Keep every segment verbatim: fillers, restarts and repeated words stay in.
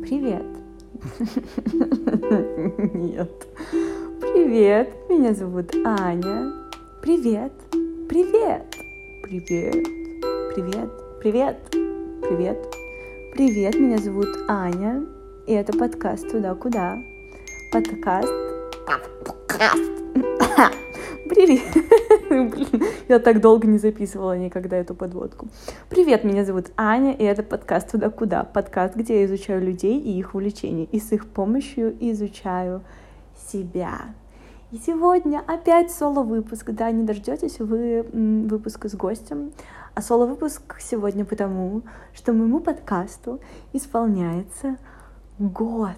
Привет. Нет. Привет, меня зовут Аня. Привет. Привет. Привет. Привет. Привет. Привет. Привет, меня зовут Аня. И это подкаст «Туда-куда». Подкаст. Подкаст. Привет. Блин, я так долго не записывала никогда эту подводку. Привет, меня зовут Аня, и это подкаст «Туда-куда». Подкаст, где я изучаю людей и их увлечений, и с их помощью изучаю себя. И сегодня опять соло-выпуск. Да, не дождетесь вы выпуска с гостем. А соло-выпуск сегодня потому, что моему подкасту исполняется год.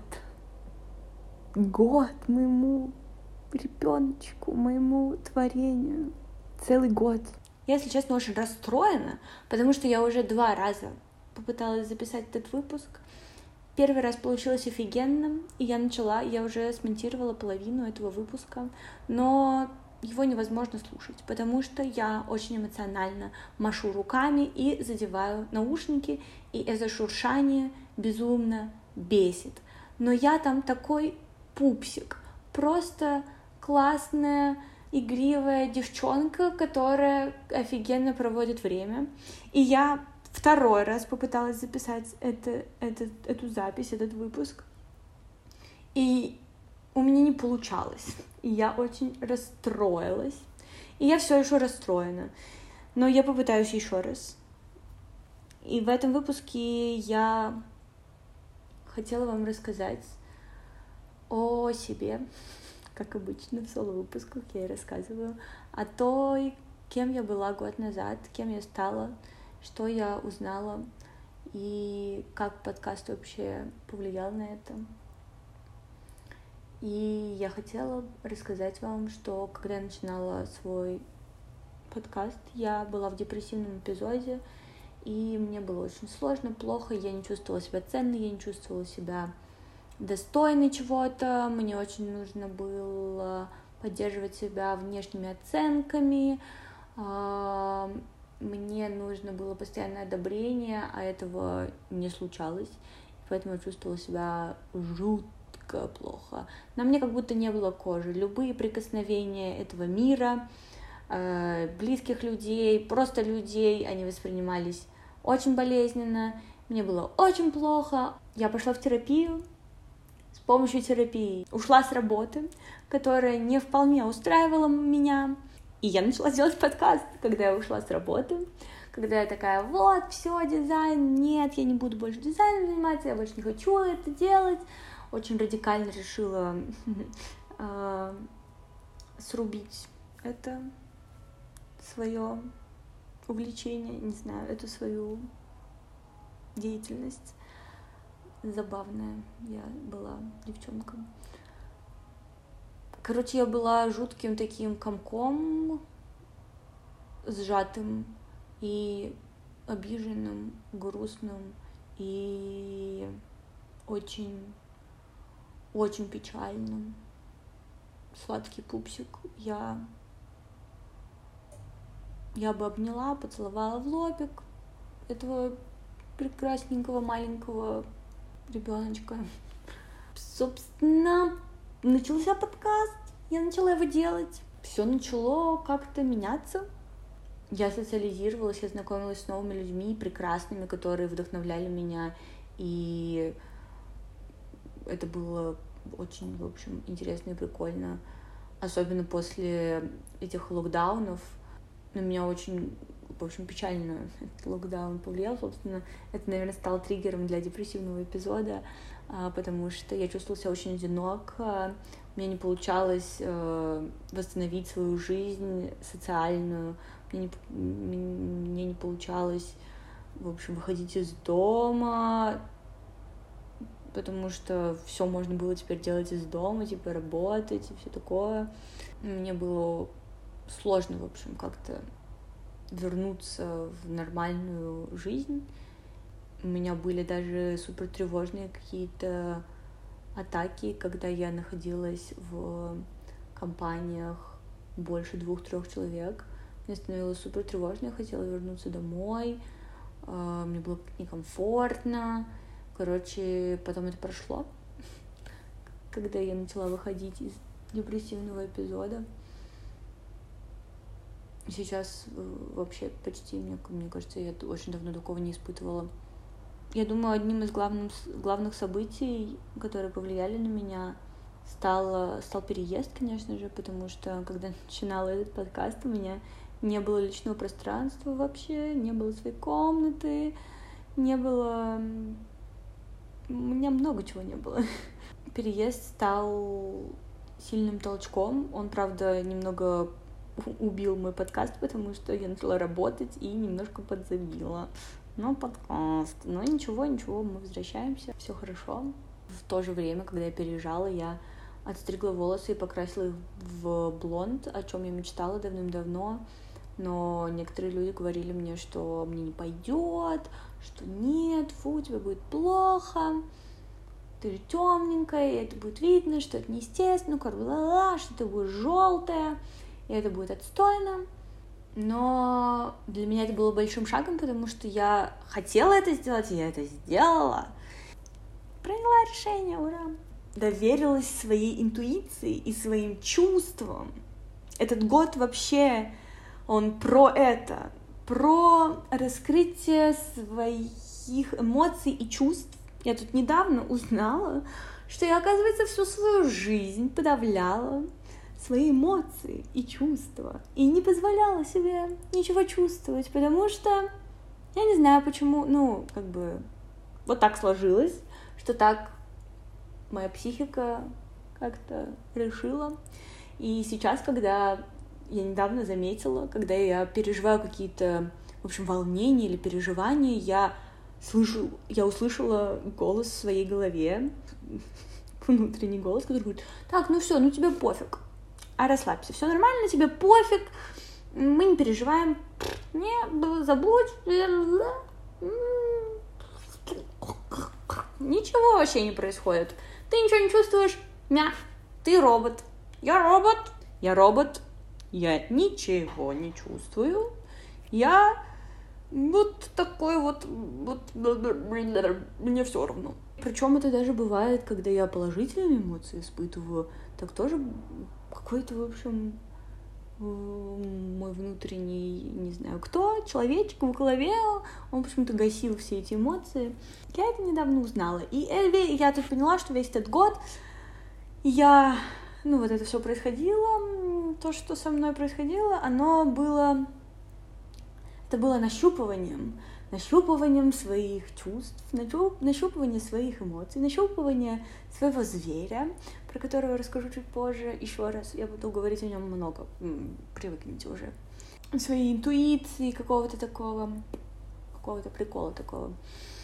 Год моему ребеночку, моему творению. Целый год. Я, если честно, очень расстроена, потому что я уже два раза попыталась записать этот выпуск. Первый раз получилось офигенно, и я начала, я уже смонтировала половину этого выпуска, но его невозможно слушать, потому что я очень эмоционально машу руками и задеваю наушники, и это шуршание безумно бесит. Но я там такой пупсик, просто классная, игривая девчонка, которая офигенно проводит время. И я второй раз попыталась записать это, это, эту запись, этот выпуск. И у меня не получалось. И я очень расстроилась. И я все еще расстроена. Но я попытаюсь еще раз. И в этом выпуске я хотела вам рассказать о себе. Как обычно в соло-выпусках я и рассказываю о той, кем я была год назад, кем я стала, что я узнала и как подкаст вообще повлиял на это. И я хотела рассказать вам, что когда я начинала свой подкаст, я была в депрессивном эпизоде, и мне было очень сложно, плохо, я не чувствовала себя ценной, я не чувствовала себя достойной чего-то, мне очень нужно было поддерживать себя внешними оценками, мне нужно было постоянное одобрение, а этого не случалось, поэтому я чувствовала себя жутко плохо. На мне как будто не было кожи. Любые прикосновения этого мира, близких людей, просто людей, они воспринимались очень болезненно, мне было очень плохо. Я пошла в терапию. С помощью терапии ушла с работы, которая не вполне устраивала меня. И я начала делать подкаст, когда я ушла с работы, когда я такая, вот, все, дизайн, нет, я не буду больше дизайном заниматься, я больше не хочу это делать. Очень радикально решила э, срубить это свое увлечение, не знаю, эту свою деятельность. Забавная я была девчонка. Короче, я была жутким таким комком, сжатым и обиженным, грустным и очень, очень печальным. Сладкий пупсик. Я, я бы обняла, поцеловала в лобик этого прекрасненького маленького ребеночка. Собственно, начался подкаст, я начала его делать. Все начало как-то меняться. Я социализировалась, я знакомилась с новыми людьми, прекрасными, которые вдохновляли меня. И это было очень, в общем, интересно и прикольно. Особенно после этих локдаунов. На меня очень, в общем, печально этот локдаун повлиял. Собственно, это, наверное, стало триггером для депрессивного эпизода, потому что я чувствовала себя очень одиноко. У меня не получалось восстановить свою жизнь социальную. Мне не, мне не получалось, в общем, выходить из дома, потому что все можно было теперь делать из дома, типа работать и все такое. Мне было сложно, в общем, как-то вернуться в нормальную жизнь. У меня были даже супер тревожные какие-то атаки, когда я находилась в компаниях больше двух-трех человек. Мне становилось супер тревожно, я хотела вернуться домой, мне было некомфортно, Короче, потом это прошло, когда я начала выходить из депрессивного эпизода. Сейчас вообще почти, мне, мне кажется, я очень давно такого не испытывала. Я думаю, одним из главных, главных событий, которые повлияли на меня, стал, стал переезд, конечно же, потому что, когда начинала этот подкаст, у меня не было личного пространства вообще, не было своей комнаты, не было... У меня много чего не было. Переезд стал сильным толчком. Он, правда, немного убил мой подкаст, потому что я начала работать и немножко подзабила. Но подкаст. Но ничего, ничего, мы возвращаемся, все хорошо. В то же время, когда я переезжала, я отстригла волосы и покрасила их в блонд, о чем я мечтала давным-давно. Но некоторые люди говорили мне, что мне не пойдет, что нет, фу, тебе будет плохо, ты же темненькая, и это будет видно, что это неестественно, ну, что ты будешь желтая, и это будет отстойно. Но для меня это было большим шагом, потому что я хотела это сделать, и я это сделала. Приняла решение, ура! Доверилась своей интуиции и своим чувствам. Этот год вообще, он про это, про раскрытие своих эмоций и чувств. Я тут недавно узнала, что я, оказывается, всю свою жизнь подавляла свои эмоции и чувства и не позволяла себе ничего чувствовать, потому что я не знаю почему, ну, как бы вот так сложилось, что так моя психика как-то решила. И сейчас, когда я недавно заметила, когда я переживаю какие-то, в общем, волнения или переживания, я слышу, я услышала голос в своей голове, внутренний голос, который говорит: так, ну все, ну тебе пофиг, а расслабься, все нормально, тебе пофиг, мы не переживаем, не, забудь, ничего вообще не происходит, ты ничего не чувствуешь, мя, ты робот, я робот, я робот, я ничего не чувствую, я вот такой вот, вот, мне все равно. Причем это даже бывает, когда я положительные эмоции испытываю, так тоже какой-то, в общем, мой внутренний, не знаю кто, человечек в голове, он почему-то гасил все эти эмоции. Я это недавно узнала. И я тут поняла, что весь этот год я, ну вот это все происходило, то, что со мной происходило, оно было, это было нащупыванием, нащупыванием своих чувств, нащупыванием своих эмоций, нащупыванием своего зверя, про которого я расскажу чуть позже. Еще раз, я буду говорить о нем много, привыкните уже. Своей интуиции, какого-то такого, какого-то прикола такого.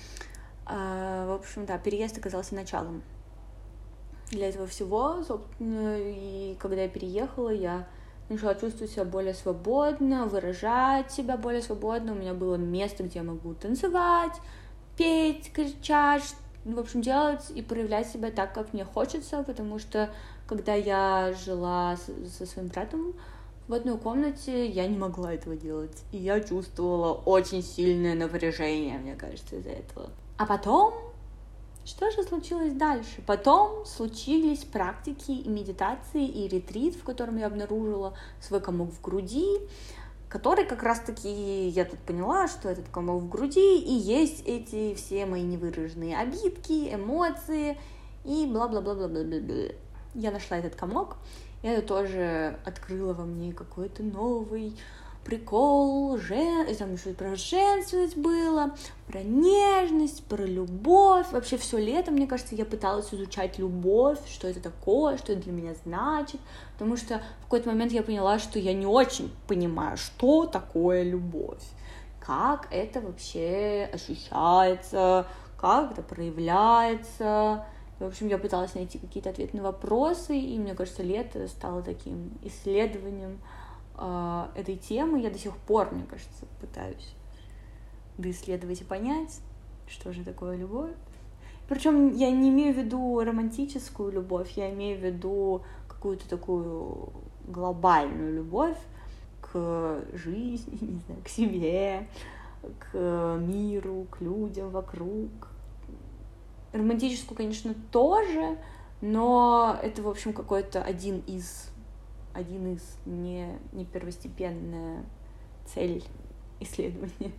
А, в общем, да, переезд оказался началом для этого всего, собственно, и когда я переехала, я начала чувствовать себя более свободно, выражать себя более свободно. У меня было место, где я могу танцевать, петь, кричать, в общем, делать и проявлять себя так, как мне хочется, потому что, когда я жила со своим братом в одной комнате, я не могла этого делать, и я чувствовала очень сильное напряжение, мне кажется, из-за этого. А потом... Что же случилось дальше? Потом случились практики и медитации, и ретрит, в котором я обнаружила свой комок в груди, который как раз-таки, я тут поняла, что этот комок в груди и есть эти все мои невыраженные обидки, эмоции и бла-бла-бла-бла-бла-бла. Я нашла этот комок, и это тоже открыло во мне какой-то новый прикол, жен... там еще про женственность было, про нежность, про любовь. Вообще все лето, мне кажется, я пыталась изучать любовь, что это такое, что это для меня значит, потому что в какой-то момент я поняла, что я не очень понимаю, что такое любовь, как это вообще ощущается, как это проявляется. В общем, я пыталась найти какие-то ответы на вопросы, и мне кажется, лето стало таким исследованием этой темы. Я до сих пор, мне кажется, пытаюсь доисследовать и понять, что же такое любовь. Причем я не имею в виду романтическую любовь, я имею в виду какую-то такую глобальную любовь к жизни, не знаю, к себе, к миру, к людям вокруг, романтическую, конечно, тоже, но это, в общем, какой-то один из, один из, не, не первостепенная цель исследования.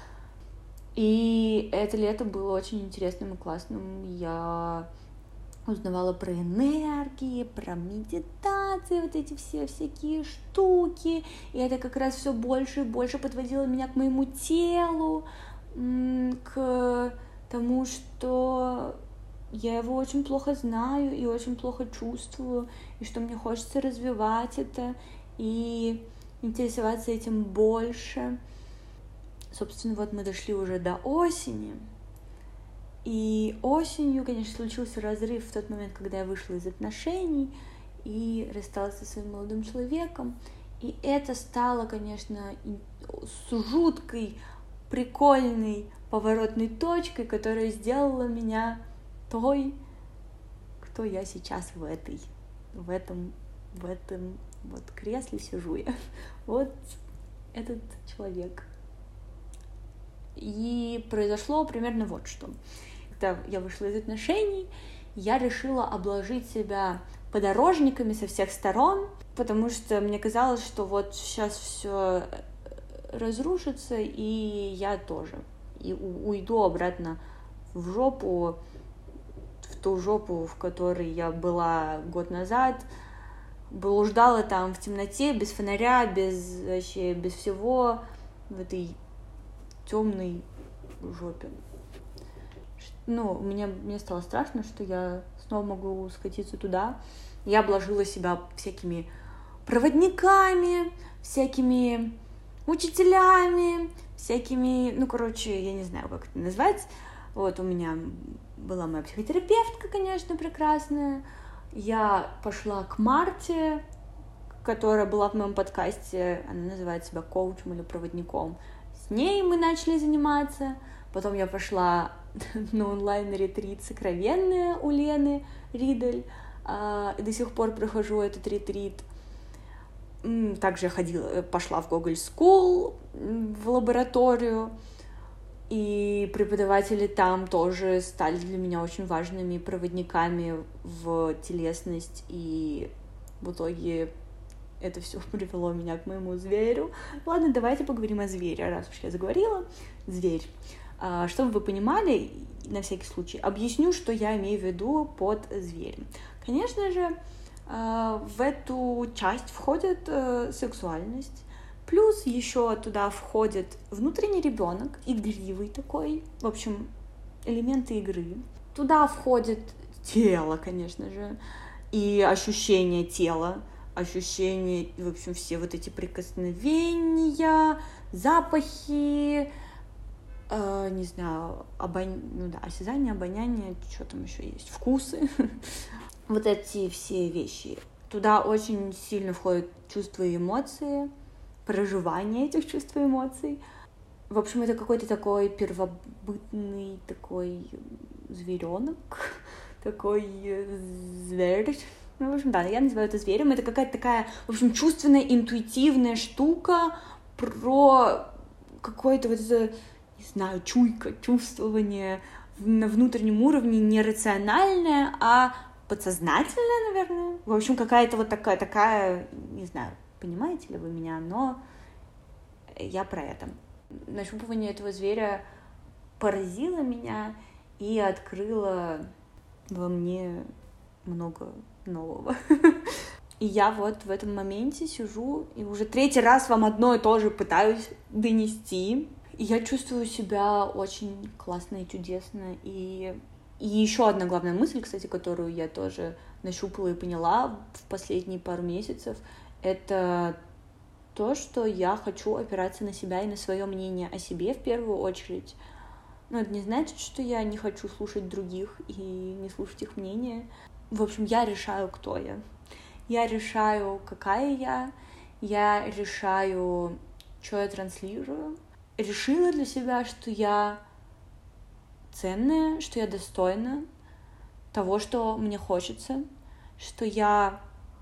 И это лето было очень интересным и классным. Я узнавала про энергии, про медитации, вот эти все всякие штуки. И это как раз все больше и больше подводило меня к моему телу, к тому, что я его очень плохо знаю и очень плохо чувствую, и что мне хочется развивать это и интересоваться этим больше. Собственно, вот мы дошли уже до осени. И осенью, конечно, случился разрыв в тот момент, когда я вышла из отношений и рассталась со своим молодым человеком. И это стало, конечно, с жуткой, прикольной поворотной точкой, которая сделала меня той, кто я сейчас в этой, в этом, в этом вот кресле сижу я. Вот этот человек. И произошло примерно вот что. Когда я вышла из отношений, я решила обложить себя подорожниками со всех сторон, потому что мне казалось, что вот сейчас все разрушится, и я тоже. И уйду обратно в жопу, в ту жопу, в которой я была год назад, блуждала там в темноте, без фонаря, без вообще, без всего, в этой темной жопе. Ну, мне, мне стало страшно, что я снова могу скатиться туда. Я обложила себя всякими проводниками, всякими учителями, всякими, ну, короче, я не знаю, как это назвать. Вот у меня была моя психотерапевтка, конечно, прекрасная. Я пошла к Марте, которая была в моем подкасте, она называет себя коучем или проводником. С ней мы начали заниматься. Потом я пошла на онлайн-ретрит «Сокровенное» у Лены Ридель. И до сих пор прохожу этот ретрит. Также я ходила, пошла в Google School, в лабораторию. И преподаватели там тоже стали для меня очень важными проводниками в телесность. И в итоге это все привело меня к моему зверю. Ладно, давайте поговорим о звере, раз уж я заговорила. Зверь. Чтобы вы понимали, на всякий случай, объясню, что я имею в виду под зверем. Конечно же, в эту часть входит сексуальность, плюс еще туда входит внутренний ребенок, игривый такой, в общем, элементы игры. Туда входит тело, конечно же, и ощущение тела, ощущения, в общем, все вот эти прикосновения, запахи, э, не знаю, обон... ну да, осязание, обоняние, что там еще есть, вкусы, вот эти все вещи. Туда очень сильно входят чувства и эмоции, проживание этих чувств и эмоций. В общем, это какой-то такой первобытный такой зверенок, такой зверь. Ну, в общем, да, я называю это зверем. Это какая-то такая, в общем, чувственная, интуитивная штука про какое-то вот это, не знаю, чуйка, чувствование на внутреннем уровне, не рациональное, а подсознательное, наверное. В общем, какая-то вот такая, такая, не знаю, понимаете ли вы меня, но я про это. Нащупывание этого зверя поразило меня и открыло во мне много нового. И я вот в этом моменте сижу и уже третий раз вам одно и то же пытаюсь донести. И я чувствую себя очень классно и чудесно. И, и еще одна главная мысль, кстати, которую я тоже нащупала и поняла в последние пару месяцев, это то, что я хочу опираться на себя и на свое мнение о себе в первую очередь. Но это не значит, что я не хочу слушать других и не слушать их мнение. В общем, я решаю, кто я. Я решаю, какая я. Я решаю, что я транслирую. Решила для себя, что я ценная, что я достойна того, что мне хочется, что я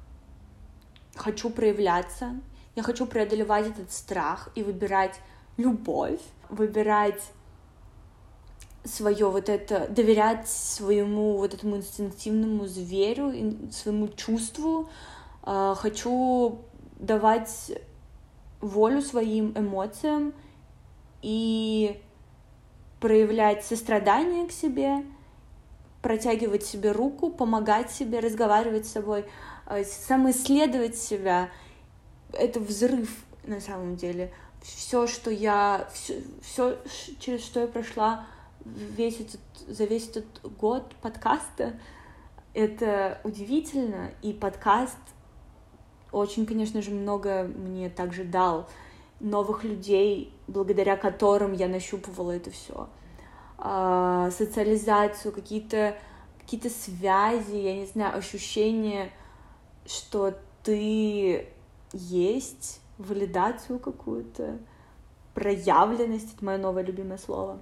хочу проявляться, я хочу преодолевать этот страх и выбирать любовь, выбирать свое вот это, доверять своему вот этому инстинктивному зверю, своему чувству. Хочу давать волю своим эмоциям и проявлять сострадание к себе, протягивать себе руку, помогать себе, разговаривать с собой, самоисследовать себя. Это взрыв на самом деле. Все, что я, все, все, через что я прошла весь этот, за весь этот год подкаста, это удивительно. И подкаст очень, конечно же, много мне также дал новых людей, благодаря которым я нащупывала это все. А, социализацию, какие-то, какие-то связи, я не знаю, ощущение, что ты есть, валидацию какую-то, проявленность — это мое новое любимое слово.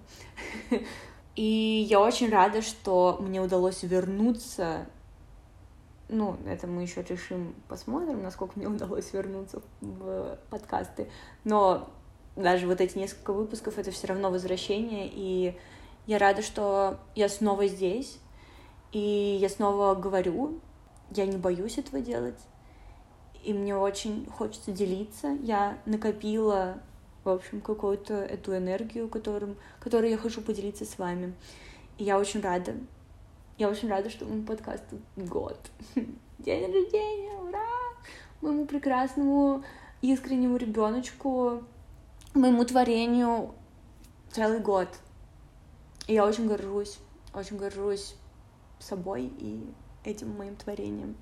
И я очень рада, что мне удалось вернуться. Ну, это мы еще решим, посмотрим, насколько мне удалось вернуться в подкасты. Но даже вот эти несколько выпусков — это все равно возвращение, и я рада, что я снова здесь, и я снова говорю, я не боюсь этого делать, и мне очень хочется делиться. Я накопила, в общем, какую-то эту энергию, которым, которой я хочу поделиться с вами. И я очень рада. Я очень рада, что моему подкасту год. День рождения, ура! Моему прекрасному, искреннему ребеночку, моему творению целый год. И я очень горжусь, очень горжусь собой и этим моим творением.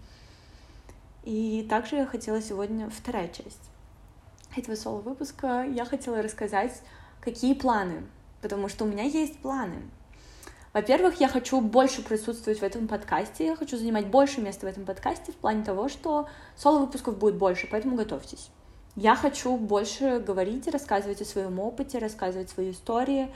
И также я хотела сегодня, вторая часть этого соло-выпуска, я хотела рассказать, какие планы, потому что у меня есть планы. Во-первых, я хочу больше присутствовать в этом подкасте, я хочу занимать больше места в этом подкасте в плане того, что соло-выпусков будет больше, поэтому готовьтесь. Я хочу больше говорить, рассказывать о своем опыте, рассказывать свои истории,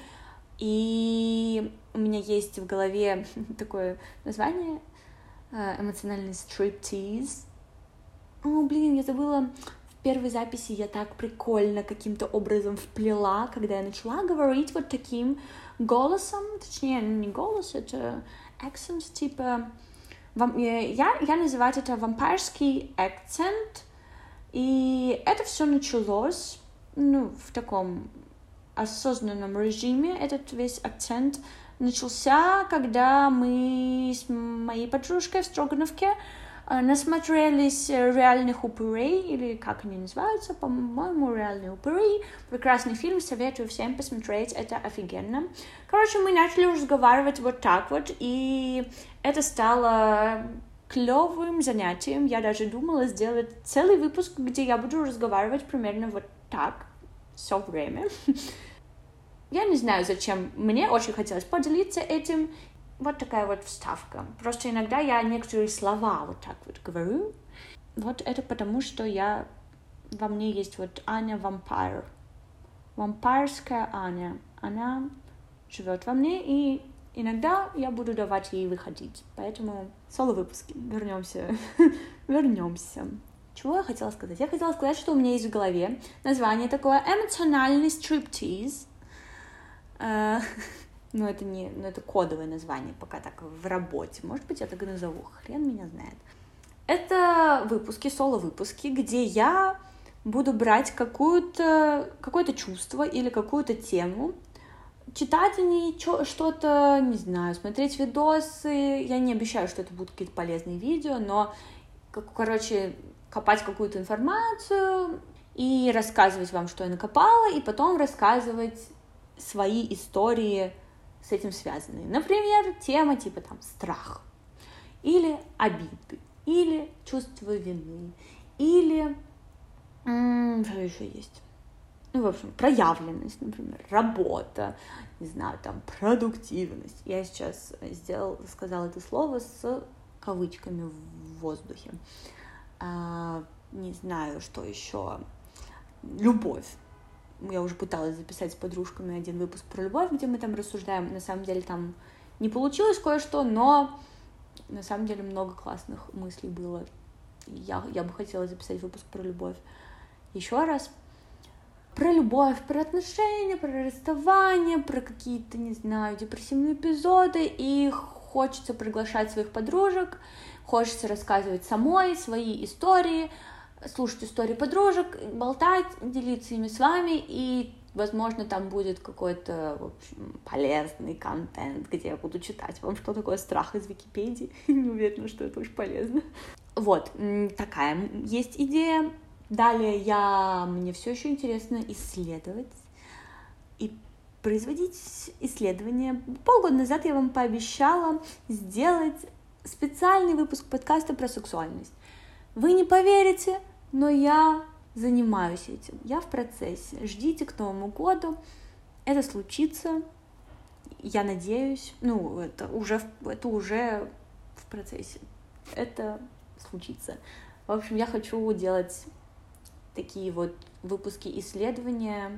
и у меня есть в голове такое название — эмоциональный стриптиз. О, блин, я забыла, в первой записи я так прикольно каким-то образом вплела, когда я начала говорить вот таким голосом, точнее, не голос, это акцент, типа, я, я называю это вампирский акцент, и это все началось, ну, в таком осознанном режиме, этот весь акцент начался, когда мы с моей подружкой в Строгановке насмотрелись реальных упырей, или как они называются, по-моему, реальные упыри. Прекрасный фильм, советую всем посмотреть, это офигенно. Короче, мы начали разговаривать вот так вот, и это стало клевым занятием. Я даже думала сделать целый выпуск, где я буду разговаривать примерно вот так все время. Я не знаю, зачем. Мне очень хотелось поделиться этим. Вот такая вот вставка. Просто иногда я некоторые слова вот так вот говорю. Вот это потому, что я... Во мне есть вот Аня вампир. Вампирская Аня. Она живет во мне, и иногда я буду давать ей выходить. Поэтому соло-выпуски. Вернемся. Вернемся. Чего я хотела сказать? Я хотела сказать, что у меня есть в голове название такое «эмоциональный стриптиз». Но это не, но это кодовое название, пока так в работе. Может быть, я так и назову, хрен меня знает. Это выпуски, соло-выпуски, где я буду брать какую-то, какое-то чувство или какую-то тему, читать о ней что-то, не знаю, смотреть видосы. Я не обещаю, что это будут какие-то полезные видео, но, короче, копать какую-то информацию и рассказывать вам, что я накопала, и потом рассказывать свои истории с этим связанные. Например, тема типа там страх, или обиды, или чувство вины, или м- что еще есть? Ну, в общем, проявленность, например, работа, не знаю, там, продуктивность. Я сейчас сделал, сказала это слово с кавычками в воздухе. А, не знаю, что еще. Любовь. Я уже пыталась записать с подружками один выпуск про любовь, где мы там рассуждаем. На самом деле там не получилось кое-что, но на самом деле много классных мыслей было. Я, я бы хотела записать выпуск про любовь еще раз. про любовь, про отношения, про расставания, про какие-то, не знаю, депрессивные эпизоды, и хочется приглашать своих подружек, хочется рассказывать самой свои истории, слушать истории подружек, болтать, делиться ими с вами, и, возможно, там будет какой-то, в общем, полезный контент, где я буду читать вам, что такое страх из Википедии. Не уверена, что это уж полезно. Вот, такая есть идея. Далее я, мне все еще интересно исследовать и производить исследования. Полгода назад я вам пообещала сделать специальный выпуск подкаста про сексуальность. Вы не поверите, но я занимаюсь этим, я в процессе. Ждите к Новому году, это случится, я надеюсь, ну, это уже, это уже в процессе, это случится. В общем, я хочу делать такие вот выпуски исследования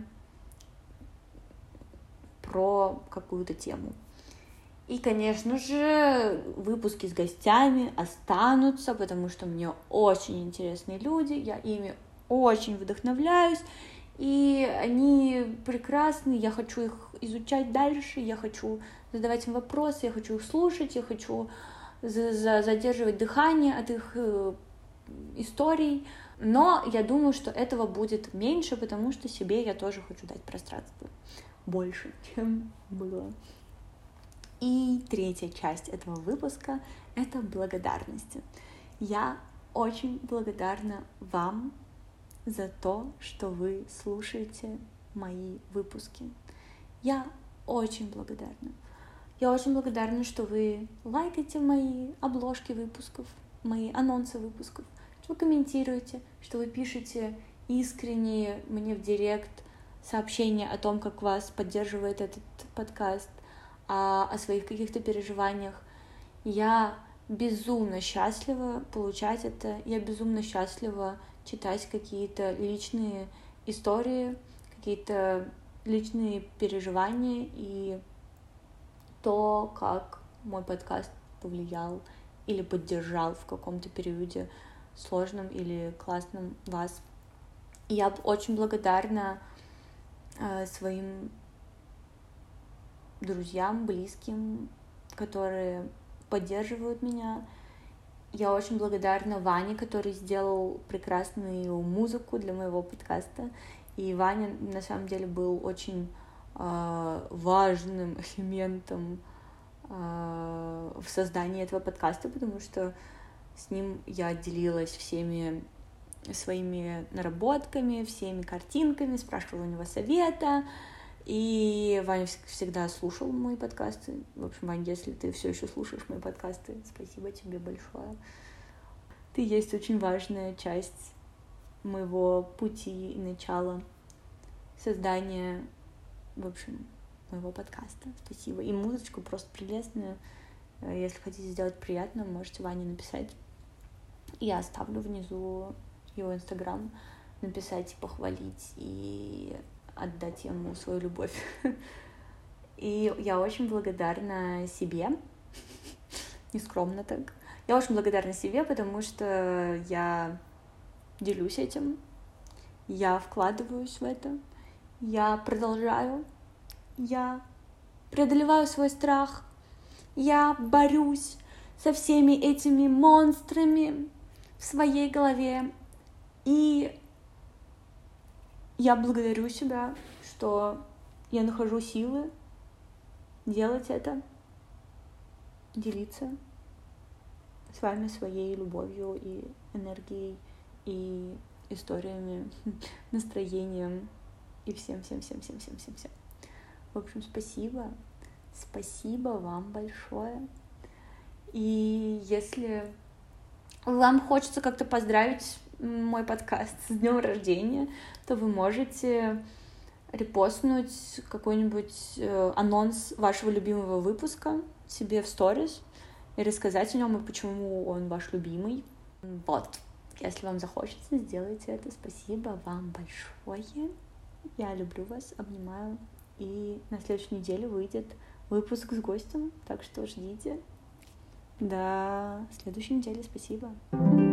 про какую-то тему. И, конечно же, выпуски с гостями останутся, потому что мне очень интересные люди, я ими очень вдохновляюсь, и они прекрасны, я хочу их изучать дальше, я хочу задавать им вопросы, я хочу их слушать, я хочу задерживать дыхание от их историй, но я думаю, что этого будет меньше, потому что себе я тоже хочу дать пространство больше, чем было. И третья часть этого выпуска — это благодарности. Я очень благодарна вам за то, что вы слушаете мои выпуски. Я очень благодарна. Я очень благодарна, что вы лайкаете мои обложки выпусков, мои анонсы выпусков, что вы комментируете, что вы пишете искренне мне в директ сообщения о том, как вас поддерживает этот подкаст, о, о своих каких-то переживаниях. Я безумно счастлива получать это, я безумно счастлива читать какие-то личные истории, какие-то личные переживания и то, как мой подкаст повлиял или поддержал в каком-то периоде сложном или классном вас. И я очень благодарна э, своим друзьям, близким, которые поддерживают меня. Я очень благодарна Ване, который сделал прекрасную музыку для моего подкаста. И Ваня, на самом деле, был очень э, важным элементом э, в создании этого подкаста, потому что с ним я делилась всеми своими наработками, всеми картинками, спрашивала у него совета. И Ваня всегда слушал мои подкасты. В общем, Ваня, если ты все еще слушаешь мои подкасты, спасибо тебе большое. Ты есть очень важная часть моего пути и начала создания, в общем, моего подкаста. Спасибо. И музычку просто прелестную. Если хотите сделать приятно, можете Ване написать. Я оставлю внизу его инстаграм, написать и похвалить, и отдать ему свою любовь. И я очень благодарна себе, нескромно так. Я очень благодарна себе, потому что я делюсь этим, я вкладываюсь в это, я продолжаю, я преодолеваю свой страх, я борюсь со всеми этими монстрами в своей голове, и я благодарю себя, что я нахожу силы делать это, делиться с вами своей любовью и энергией, и историями, настроением, и всем-всем-всем-всем-всем-всем-всем. В общем, спасибо. Спасибо вам большое. И если вам хочется как-то поздравить мой подкаст с днем рождения, то вы можете репостнуть какой-нибудь э, анонс вашего любимого выпуска себе в сторис и рассказать о нем и почему он ваш любимый. Вот. Если вам захочется, сделайте это. Спасибо вам большое. Я люблю вас, обнимаю. И на следующей неделе выйдет выпуск с гостем, так что ждите. До следующей недели. Спасибо.